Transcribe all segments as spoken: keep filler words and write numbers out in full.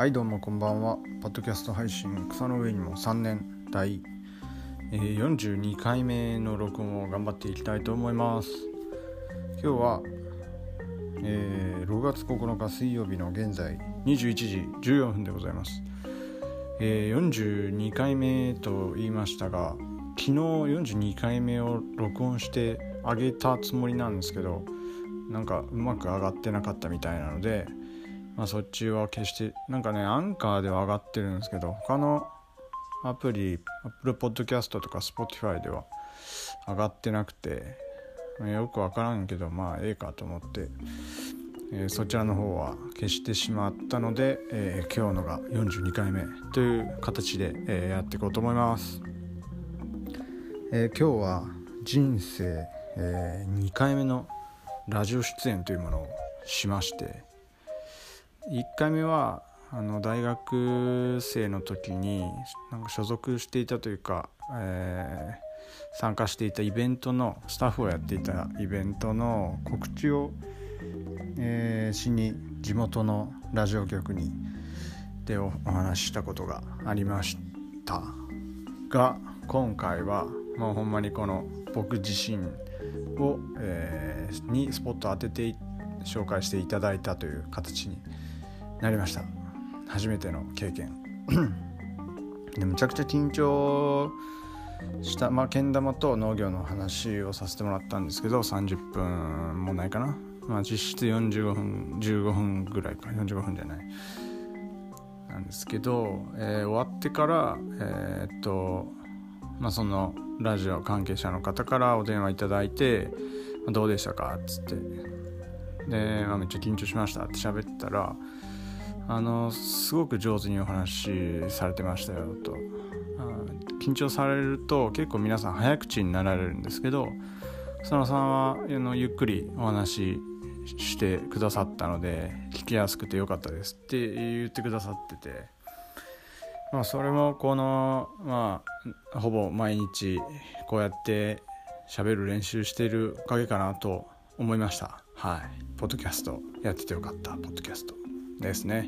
はいどうもこんばんは。ポッドキャスト配信草の上にもさんねん第、えー、よんじゅうにかいめの録音を頑張っていきたいと思います。今日は、えー、ろくがつここのか水曜日の現在にじゅういちじじゅうよんぷんでございます。えー、よんじゅうにかいめと言いましたが、昨日よんじゅうにかいめを録音してあげたつもりなんですけど、なんかうまく上がってなかったみたいなので、まあ、そっちは決してなんかねアンカーでは上がってるんですけど、他のアプリ Apple Podcast とか Spotify では上がってなくて、よくわからんけどまあええかと思って、えー、そちらの方は消してしまったので、えー、今日のがよんじゅうにかいめという形で、えー、やっていこうと思います。えー、今日は人生、えー、にかいめのラジオ出演というものをしまして、いっかいめはあの大学生の時になんか所属していたというか、えー、参加していたイベントのスタッフをやっていたイベントの告知を、えー、しに地元のラジオ局にでお話ししたことがありましたが、今回はもうほんまにこの僕自身を、えー、にスポット当てて紹介していただいたという形になりました。初めての経験でむちゃくちゃ緊張した、まあ、けん玉と農業の話をさせてもらったんですけど、さんじゅっぷんもないかな、まあ、実質よんじゅうごふんじゅうごふんぐらいか、よんじゅうごふんじゃないなんですけど、えー、終わってからえー、っとまあそのラジオ関係者の方からお電話いただいて、どうでしたかっつって、で、まあ、めっちゃ緊張しましたって喋ったら、あのすごく上手にお話しされてましたよと。緊張されると結構皆さん早口になられるんですけど、草野さんはあのゆっくりお話ししてくださったので聞きやすくてよかったですって言ってくださってて、まあ、それもこの、まあ、ほぼ毎日こうやって喋る練習しているおかげかなと思いました。はい、ポッドキャストやっててよかったポッドキャストですね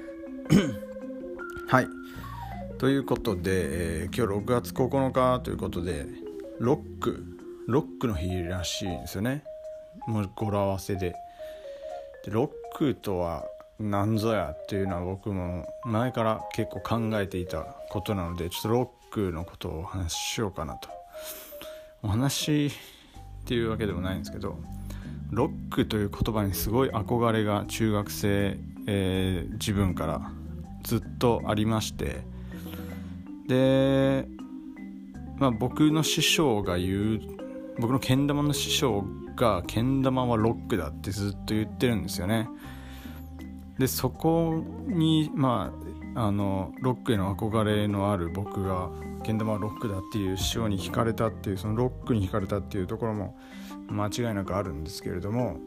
はいということで、えー、今日ろくがつここのかということでロックロックの日らしいんですよね。もう語呂合わせででロックとは何ぞやっていうのは僕も前から結構考えていたことなので、ちょっとロックのことをお話ししようかなと。お話っていうわけでもないんですけど、ロックという言葉にすごい憧れが中学生、えー、自分からずっとありまして、で、まあ、僕の師匠が言う僕のけん玉の師匠がけん玉はロックだってずっと言ってるんですよね。でそこに、まあ、あのロックへの憧れのある僕がけん玉はロックだっていう師匠に惹かれたっていう、そのロックに惹かれたっていうところも間違いなくあるんですけれども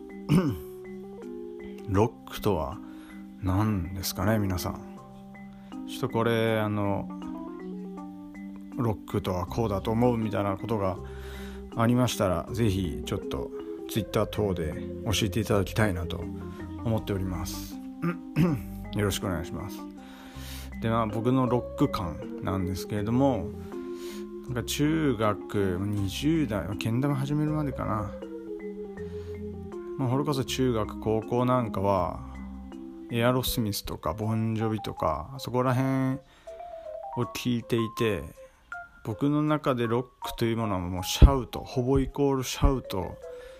ロックとは何ですかね皆さん。ちょっとこれあのロックとはこうだと思うみたいなことがありましたら、ぜひちょっとツイッター等で教えていただきたいなと思っておりますよろしくお願いします。で、まあ、僕のロック感なんですけれども、なんか中学にじゅう代けん玉始めるまでかな、まあ、それこそ中学高校なんかはエアロスミスとかボンジョビとかそこら辺を聞いていて、僕の中でロックというものはもうシャウト、ほぼイコールシャウト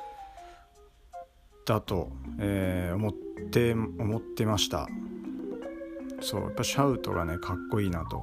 だと、えー、思って思ってました。そうやっぱシャウトがねかっこいいなと。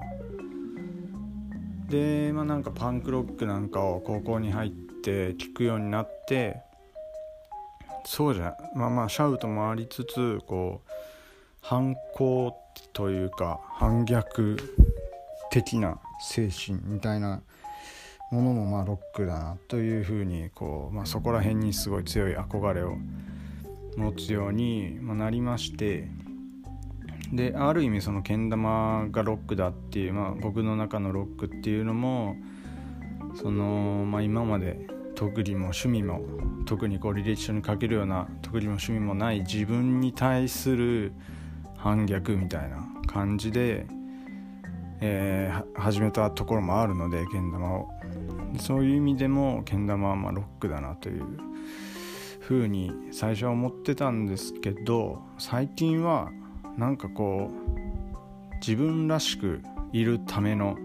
で、まあなんかパンクロックなんかを高校に入って聞くようになって、そうじゃまあまあシャウトもありつつ、こう反抗というか反逆的な精神みたいなものもまあロックだなというふうにこう、まあ、そこら辺にすごい強い憧れを持つようになりまして、である意味そのけん玉がロックだっていう、まあ、僕の中のロックっていうのもその、まあ、今まで特技も趣味も特にこう履歴書に書けるような特技も趣味もない自分に対する反逆みたいな感じで、えー、始めたところもあるので、けん玉をそういう意味でもけん玉はまあロックだなという風に最初は思ってたんですけど、最近はなんかこう自分らしくいるための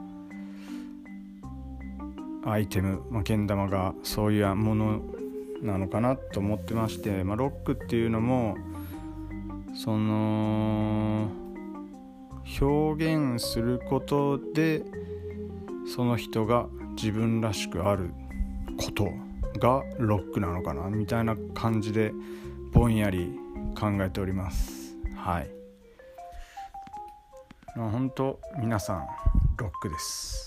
アイテム、まあ、けん玉がそういうものなのかなと思ってまして、まあ、ロックっていうのもその表現することでその人が自分らしくあることがロックなのかなみたいな感じでぼんやり考えております。はい、まあ、本当皆さんロックです。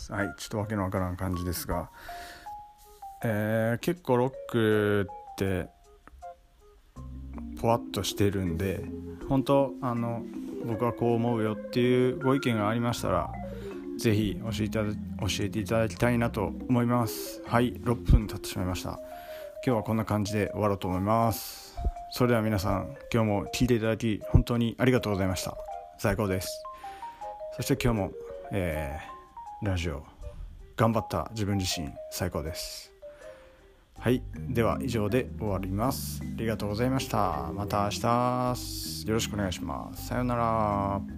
はい、ちょっとわけのわからん感じですが、えー、結構ロックってぽわっとしてるんで、本当あの僕はこう思うよっていうご意見がありましたらぜひ教えていただ、教えていただきたいなと思います。はい、ろっぷん経ってしまいました。今日はこんな感じで終わろうと思います。それでは皆さん、今日も聞いていただき本当にありがとうございました。最高です。そして今日も、えー、ラジオ頑張った自分自身最高です。はい、では以上で終わります。ありがとうございました。また明日よろしくお願いします。さようなら。